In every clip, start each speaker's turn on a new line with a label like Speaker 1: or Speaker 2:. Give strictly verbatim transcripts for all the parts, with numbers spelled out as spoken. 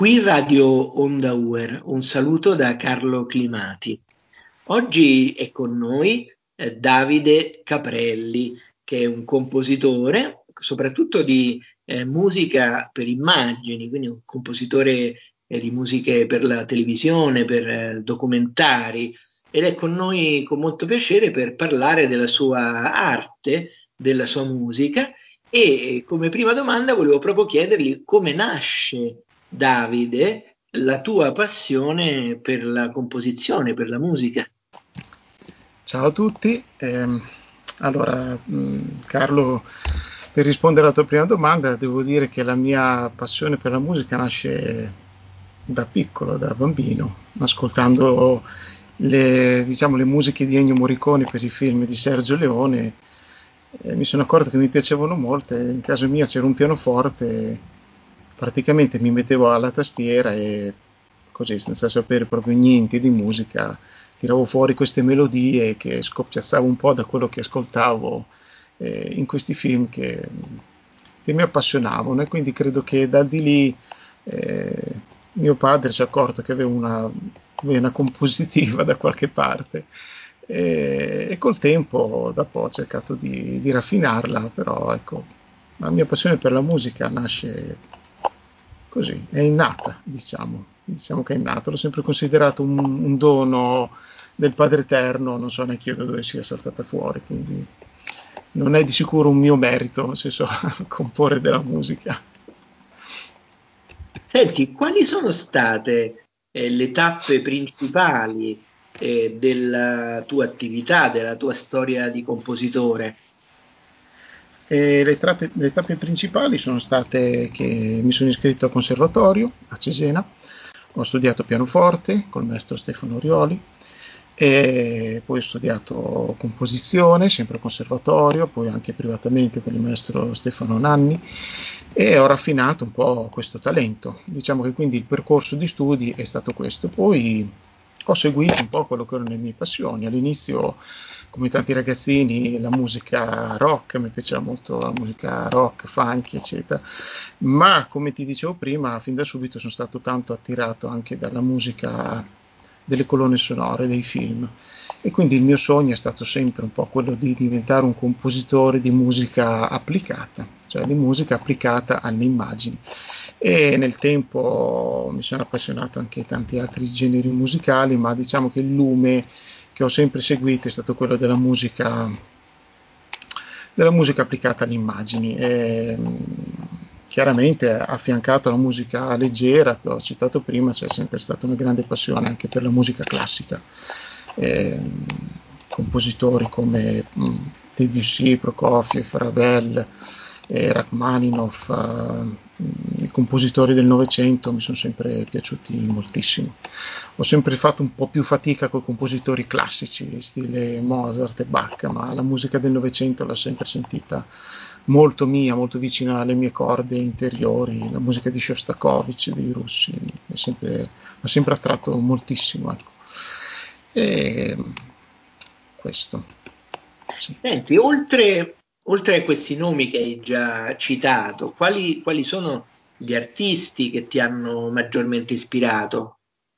Speaker 1: Qui Radio Onda Uer, un saluto da Carlo Climati. Oggi è con noi eh, Davide Caprelli, che è un compositore, soprattutto di eh, musica per immagini, quindi un compositore eh, di musiche per la televisione, per eh, documentari, ed è con noi con molto piacere per parlare della sua arte, della sua musica e eh, come prima domanda volevo proprio chiedergli come nasce Davide, la tua passione per la composizione, per la musica.
Speaker 2: Ciao a tutti. Ehm, allora, mh, Carlo, per rispondere alla tua prima domanda, devo dire che la mia passione per la musica nasce da piccolo, da bambino, ascoltando le, diciamo, le musiche di Ennio Morricone per i film di Sergio Leone. Eh, mi sono accorto che mi piacevano molto e in casa mia c'era un pianoforte, praticamente mi mettevo alla tastiera e così, senza sapere proprio niente di musica, tiravo fuori queste melodie che scoppiazzavo un po' da quello che ascoltavo eh, in questi film che, che mi appassionavano, e quindi credo che dal di lì eh, mio padre si è accorto che avevo una vena compositiva da qualche parte, e, e col tempo dopo ho cercato di, di raffinarla, però ecco, la mia passione per la musica nasce così, è innata, diciamo, diciamo che è innata, l'ho sempre considerato un, un dono del Padre Eterno, non so neanche io da dove sia saltata fuori, quindi non è di sicuro un mio merito, nel senso, comporre della musica.
Speaker 1: Senti, quali sono state eh, le tappe principali eh, della tua attività, della tua storia di compositore?
Speaker 2: E le, trappe- le tappe principali sono state che mi sono iscritto al conservatorio a Cesena, ho studiato pianoforte col maestro Stefano Orioli, e poi ho studiato composizione, sempre al conservatorio, poi anche privatamente con il maestro Stefano Nanni, e ho raffinato un po' questo talento. Diciamo che quindi il percorso di studi è stato questo. Poi ho seguito un po' quello che erano le mie passioni. All'inizio, come tanti ragazzini, la musica rock, mi piaceva molto la musica rock, funk, eccetera. Ma come ti dicevo prima, fin da subito sono stato tanto attirato anche dalla musica delle colonne sonore dei film, e quindi il mio sogno è stato sempre un po' quello di diventare un compositore di musica applicata, cioè di musica applicata alle immagini. E nel tempo mi sono appassionato anche a tanti altri generi musicali, ma diciamo che il lume che ho sempre seguito è stato quello della musica della musica applicata alle immagini, e, chiaramente affiancato alla musica leggera che ho citato prima c'è sempre stata una grande passione anche per la musica classica. E, compositori come mh, Debussy, Prokofiev, Ravel, eh, Rachmaninoff, eh, i compositori del Novecento mi sono sempre piaciuti moltissimo. Ho sempre fatto un po' più fatica con i compositori classici, stile Mozart e Bach, ma la musica del Novecento l'ho sempre sentita molto mia, molto vicina alle mie corde interiori. La musica di Shostakovich, dei russi, mi ha sempre, sempre attratto moltissimo. Ecco. E questo. Sì.
Speaker 1: Senti, oltre, oltre a questi nomi che hai già citato, quali, quali sono gli artisti che ti hanno maggiormente ispirato?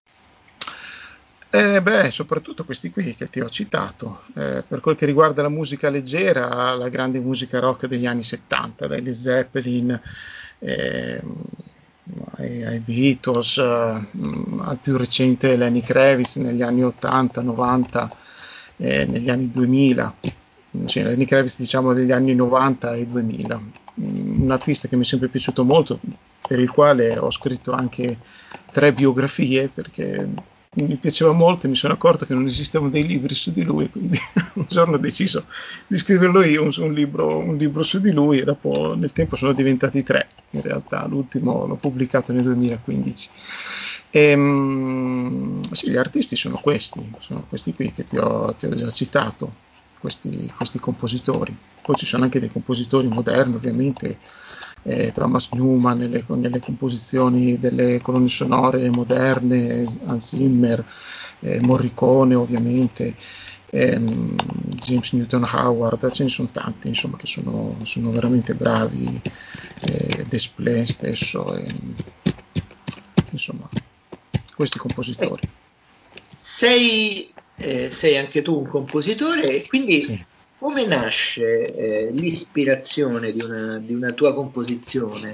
Speaker 2: Eh beh, soprattutto questi qui che ti ho citato. Eh, per quel che riguarda la musica leggera, la grande musica rock degli anni settanta, dai Led Zeppelin eh, ai, ai Beatles, eh, al più recente Lenny Kravitz negli anni ottanta, novanta, eh, negli anni duemila. Cioè, Lenny Kravitz diciamo degli anni novanta e duemila. Un artista che mi è sempre piaciuto molto, per il quale ho scritto anche tre biografie, perché mi piaceva molto e mi sono accorto che non esistevano dei libri su di lui, quindi un giorno ho deciso di scriverlo io un, un, libro, un libro su di lui, e dopo nel tempo sono diventati tre, in realtà l'ultimo l'ho pubblicato nel duemilaquindici. E, um, sì, gli artisti sono questi, sono questi qui che ti ho, ti ho già citato, questi, questi compositori. Poi ci sono anche dei compositori moderni, ovviamente, eh, Thomas Newman nelle, nelle composizioni delle colonne sonore moderne, Hans Zimmer, eh, Morricone ovviamente, ehm, James Newton Howard, ce ne sono tanti insomma che sono, sono veramente bravi, eh, Desplay stesso, eh, insomma, questi compositori.
Speaker 1: Sei, eh, sei anche tu un compositore e quindi
Speaker 2: Sì.
Speaker 1: come nasce eh, l'ispirazione di una, di una tua composizione?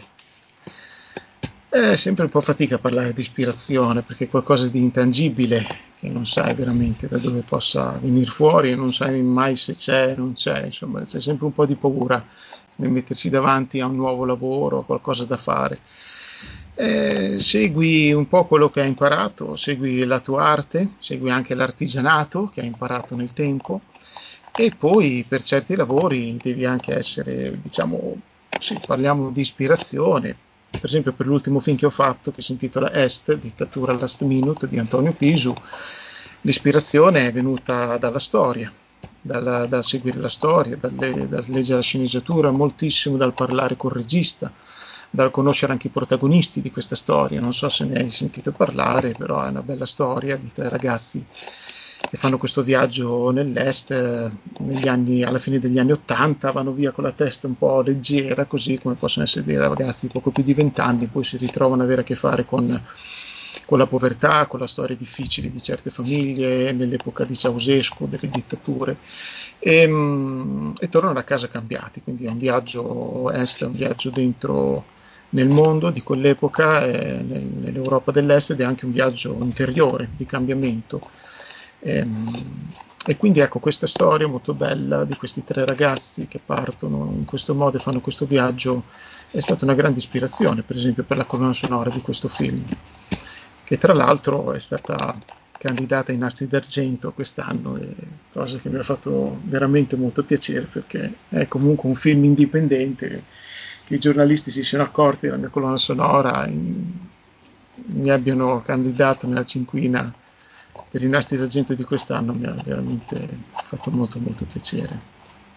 Speaker 2: È sempre un po' fatica a parlare di ispirazione perché è qualcosa di intangibile che non sai veramente da dove possa venire fuori e non sai mai se c'è, non c'è, insomma c'è sempre un po' di paura nel mettersi davanti a un nuovo lavoro, a qualcosa da fare. Eh, segui un po' quello che hai imparato, segui la tua arte, segui anche l'artigianato che hai imparato nel tempo e poi per certi lavori devi anche essere, diciamo, sì, parliamo di ispirazione. Per esempio per l'ultimo film che ho fatto, che si intitola Est, Dittatura Last Minute di Antonio Pisu, l'ispirazione è venuta dalla storia, dal, dal seguire la storia, dal, dal leggere la sceneggiatura, moltissimo dal parlare col regista, dal conoscere anche i protagonisti di questa storia. Non so se ne hai sentito parlare, però è una bella storia di tre ragazzi che fanno questo viaggio nell'est eh, negli anni, alla fine degli anni ottanta, vanno via con la testa un po' leggera, così come possono essere dei ragazzi di poco più di vent'anni, poi si ritrovano ad avere a che fare con, con la povertà, con la storia difficile di certe famiglie nell'epoca di Ceausescu, delle dittature, e, e tornano a casa cambiati. Quindi è un viaggio est, è un viaggio dentro nel mondo di quell'epoca, eh, nel, nell'Europa dell'Est, ed è anche un viaggio interiore di cambiamento. E, e quindi ecco questa storia molto bella di questi tre ragazzi che partono in questo modo e fanno questo viaggio è stata una grande ispirazione, per esempio per la colonna sonora di questo film, che tra l'altro è stata candidata ai Nastri d'Argento quest'anno, e cosa che mi ha fatto veramente molto piacere perché è comunque un film indipendente che i giornalisti si siano accorti della mia colonna sonora, in, mi abbiano candidato nella cinquina per i Nastri d'Argento di quest'anno, mi ha veramente fatto molto molto piacere.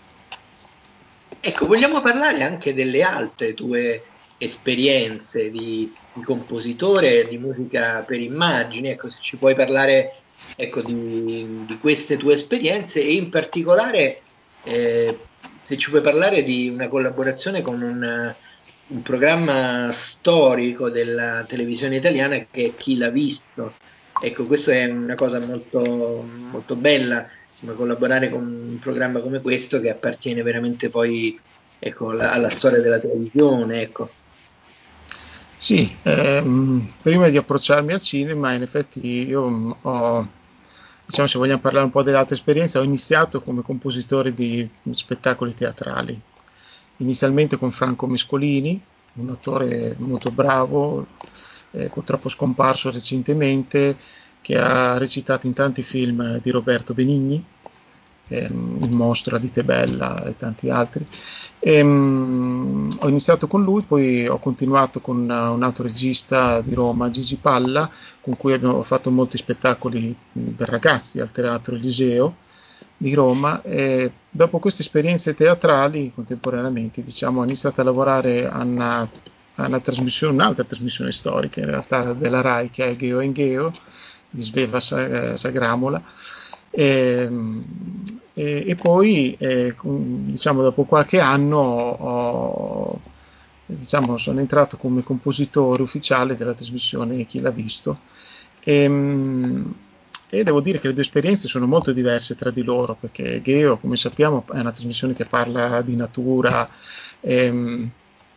Speaker 1: Ecco, vogliamo parlare anche delle altre tue esperienze di, di compositore di musica per immagini. Ecco, se ci puoi parlare, ecco, di, di queste tue esperienze e in particolare eh, se ci puoi parlare di una collaborazione con un, un programma storico della televisione italiana che è Chi l'ha visto. Ecco, questa è una cosa molto, molto bella, insomma, collaborare con un programma come questo che appartiene veramente poi, ecco, alla, alla storia della televisione, ecco.
Speaker 2: Sì, ehm, prima di approcciarmi al cinema, in effetti io mh, ho, diciamo, se vogliamo parlare un po' dell'altra esperienza, ho iniziato come compositore di spettacoli teatrali, inizialmente con Franco Mescolini, un attore molto bravo, eh, purtroppo scomparso recentemente, che ha recitato in tanti film di Roberto Benigni, ehm, Il mostro, La vita è bella e tanti altri. E, um, ho iniziato con lui, poi ho continuato con uh, un altro regista di Roma, Gigi Palla, con cui abbiamo fatto molti spettacoli mh, per ragazzi al Teatro Eliseo di Roma, e dopo queste esperienze teatrali contemporaneamente, diciamo, ho iniziato a lavorare a una, a una trasmissione, un'altra trasmissione storica in realtà della Rai, che è Geo en Geo di Sveva Sagramola. E, e, e poi eh, diciamo dopo qualche anno ho, diciamo, sono entrato come compositore ufficiale della trasmissione Chi l'ha visto, e, e devo dire che le due esperienze sono molto diverse tra di loro, perché Geo, come sappiamo, è una trasmissione che parla di natura e,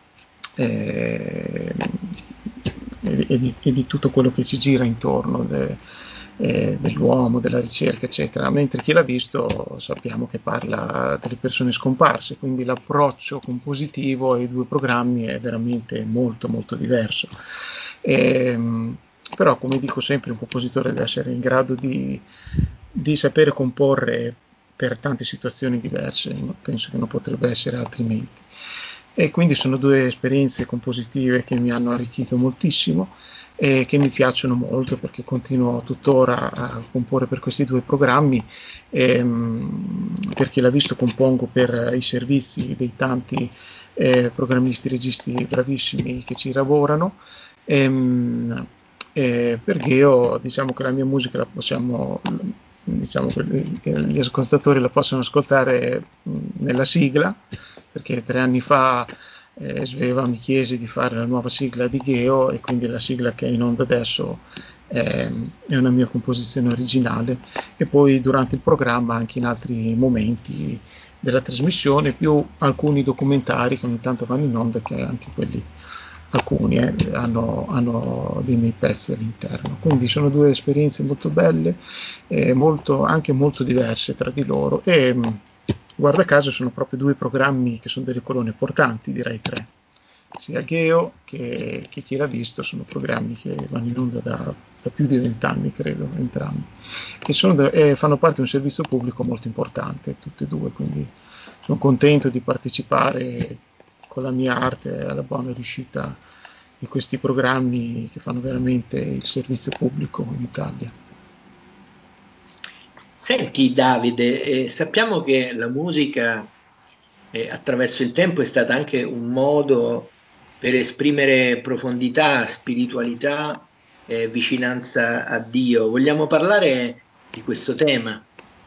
Speaker 2: e, e, di, e di tutto quello che ci gira intorno de, eh, dell'uomo, della ricerca, eccetera, mentre Chi l'ha visto sappiamo che parla delle persone scomparse, quindi l'approccio compositivo ai due programmi è veramente molto molto diverso. E, però, come dico sempre, un compositore deve essere in grado di, di sapere comporre per tante situazioni diverse, penso che non potrebbe essere altrimenti. E quindi sono due esperienze compositive che mi hanno arricchito moltissimo e che mi piacciono molto, perché continuo tuttora a comporre per questi due programmi, ehm, perché l'ha visto compongo per i servizi dei tanti eh, programmisti, registi bravissimi che ci lavorano. Ehm, e per Geo diciamo che la mia musica la possiamo, diciamo che gli ascoltatori la possono ascoltare nella sigla, perché tre anni fa eh, Sveva mi chiese di fare la nuova sigla di Geo, e quindi la sigla che è in onda adesso è, è una mia composizione originale, e poi durante il programma anche in altri momenti della trasmissione, più alcuni documentari che ogni tanto vanno in onda, che anche quelli, alcuni eh, hanno, hanno dei miei pezzi all'interno. Quindi sono due esperienze molto belle, eh, molto, anche molto diverse tra di loro, e guarda caso sono proprio due programmi che sono delle colonne portanti, direi tre. Sia Geo che, che Chi l'ha visto sono programmi che vanno in onda da, da più di vent'anni, credo, entrambi, che sono da, e fanno parte di un servizio pubblico molto importante, tutti e due, quindi sono contento di partecipare con la mia arte alla buona riuscita di questi programmi che fanno veramente il servizio pubblico in Italia.
Speaker 1: Senti Davide, eh, sappiamo che la musica eh, attraverso il tempo è stata anche un modo per esprimere profondità, spiritualità, eh, vicinanza a Dio. Vogliamo parlare di questo tema?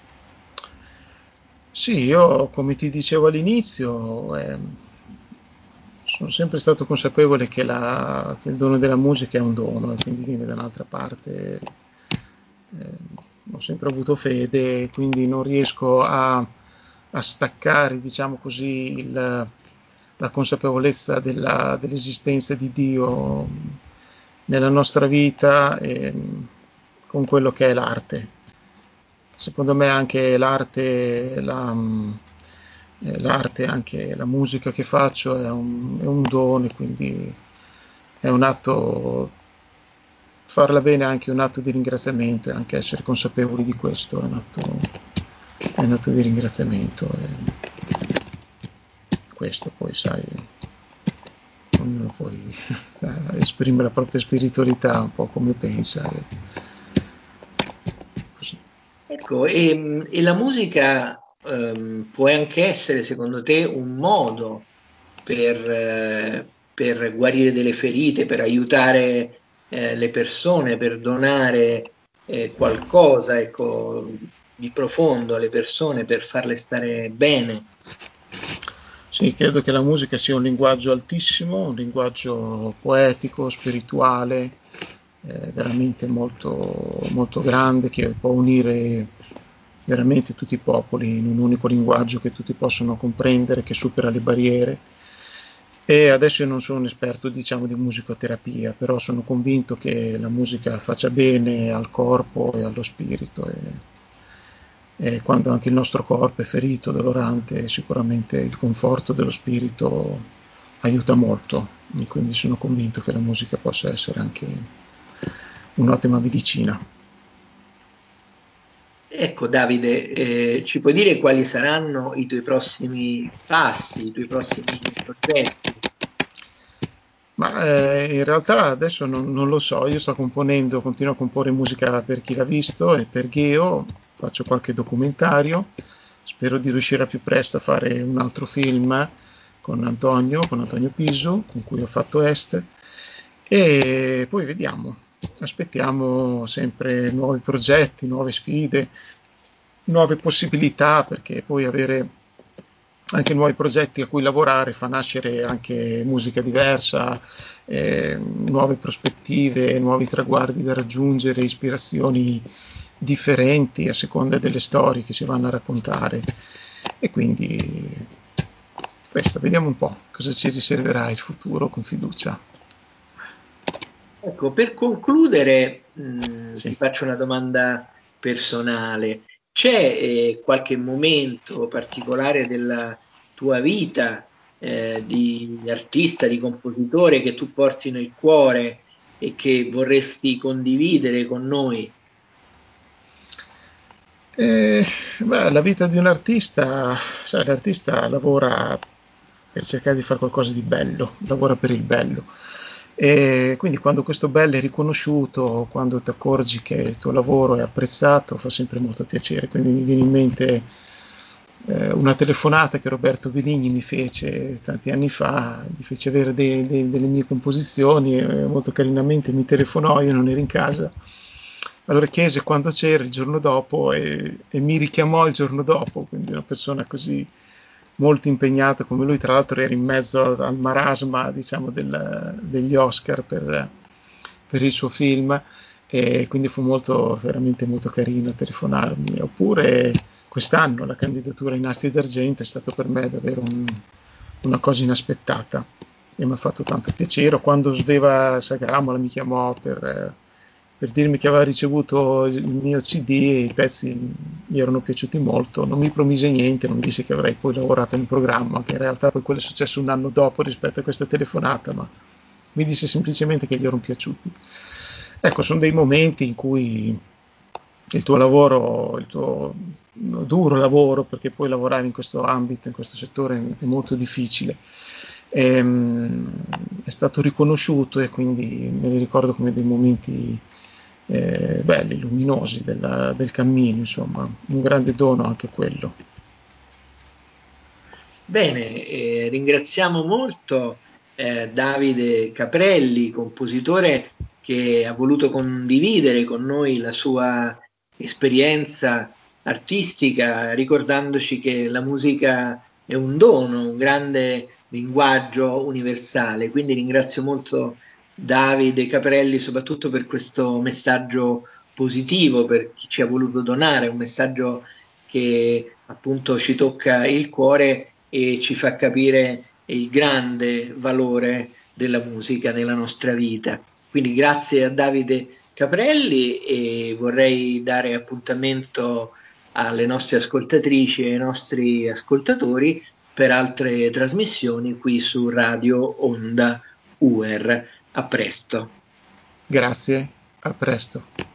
Speaker 2: Sì, io come ti dicevo all'inizio, eh, sono sempre stato consapevole che, la, che il dono della musica è un dono, e quindi viene da un'altra parte. Eh, ho sempre avuto fede, quindi non riesco a, a staccare, diciamo così, il, la consapevolezza della, dell'esistenza di Dio nella nostra vita, e, con quello che è l'arte. Secondo me anche l'arte, la, eh, l'arte, anche la musica che faccio è un, è un dono, quindi è un atto, farla bene è anche un atto di ringraziamento, e anche essere consapevoli di questo è un atto, è un atto di ringraziamento. E questo poi, sai, ognuno poi esprime la propria spiritualità un po' come pensa. E così.
Speaker 1: Ecco, e, e la musica ehm, può anche essere, secondo te, un modo per, eh, per guarire delle ferite, per aiutare eh, le persone, per donare eh, qualcosa, ecco, di profondo alle persone, per farle stare bene.
Speaker 2: Sì, credo che la musica sia un linguaggio altissimo, un linguaggio poetico, spirituale, eh, veramente molto, molto grande, che può unire veramente tutti i popoli in un unico linguaggio che tutti possono comprendere, che supera le barriere. E adesso io non sono un esperto, diciamo, di musicoterapia, però sono convinto che la musica faccia bene al corpo e allo spirito. E, e quando anche il nostro corpo è ferito, dolorante, sicuramente il conforto dello spirito aiuta molto. E quindi sono convinto che la musica possa essere anche un'ottima medicina.
Speaker 1: Ecco, Davide, eh, ci puoi dire quali saranno i tuoi prossimi passi, i tuoi prossimi progetti?
Speaker 2: Ma eh, in realtà adesso non, non lo so, io sto componendo, continuo a comporre musica per Chi l'ha visto e per Geo, faccio qualche documentario, spero di riuscire a più presto a fare un altro film con Antonio, con Antonio Pisu, con cui ho fatto Est, e poi vediamo, aspettiamo sempre nuovi progetti, nuove sfide, nuove possibilità, perché poi avere anche nuovi progetti a cui lavorare fa nascere anche musica diversa, eh, nuove prospettive, nuovi traguardi da raggiungere, ispirazioni differenti a seconda delle storie che si vanno a raccontare. E quindi questo, vediamo un po' cosa ci riserverà il futuro con fiducia.
Speaker 1: Ecco, per concludere, mh, ti
Speaker 2: Sì.
Speaker 1: faccio una domanda personale. C'è eh, qualche momento particolare della tua vita eh, di artista, di compositore che tu porti nel cuore e che vorresti condividere con noi?
Speaker 2: Eh, beh, la vita di un artista, sai, l'artista lavora per cercare di fare qualcosa di bello, lavora per il bello. E quindi quando questo bello è riconosciuto, quando ti accorgi che il tuo lavoro è apprezzato, fa sempre molto piacere. Quindi mi viene in mente eh, una telefonata che Roberto Benigni mi fece tanti anni fa, mi fece avere de- de- delle mie composizioni, e molto carinamente mi telefonò, io non ero in casa. Allora chiese quando c'era il giorno dopo, e, e mi richiamò il giorno dopo, quindi una persona così molto impegnato come lui, tra l'altro era in mezzo al marasma, diciamo, del, degli Oscar per, per il suo film, e quindi fu molto, veramente molto carino telefonarmi. Oppure quest'anno la candidatura ai Nastri d'Argento è stato per me davvero un, una cosa inaspettata e mi ha fatto tanto piacere. Quando Sveva Sagramola mi chiamò per, per dirmi che aveva ricevuto il mio C D e i pezzi gli erano piaciuti molto, non mi promise niente, non mi disse che avrei poi lavorato in programma, che in realtà poi quello è successo un anno dopo rispetto a questa telefonata, ma mi disse semplicemente che gli erano piaciuti. Ecco, sono dei momenti in cui il tuo lavoro, il tuo duro lavoro, perché poi lavorare in questo ambito, in questo settore è molto difficile, è, è stato riconosciuto, e quindi me li ricordo come dei momenti eh, belli, luminosi del, del cammino, insomma, un grande dono anche quello.
Speaker 1: Bene, eh, ringraziamo molto eh, Davide Caprelli, compositore che ha voluto condividere con noi la sua esperienza artistica, ricordandoci che la musica è un dono, un grande linguaggio universale. Quindi ringrazio molto Davide Caprelli soprattutto per questo messaggio positivo, per chi ci ha voluto donare, un messaggio che appunto ci tocca il cuore e ci fa capire il grande valore della musica nella nostra vita. Quindi grazie a Davide Caprelli e vorrei dare appuntamento alle nostre ascoltatrici e ai nostri ascoltatori per altre trasmissioni qui su Radio Onda U R. A presto.
Speaker 2: Grazie, a presto.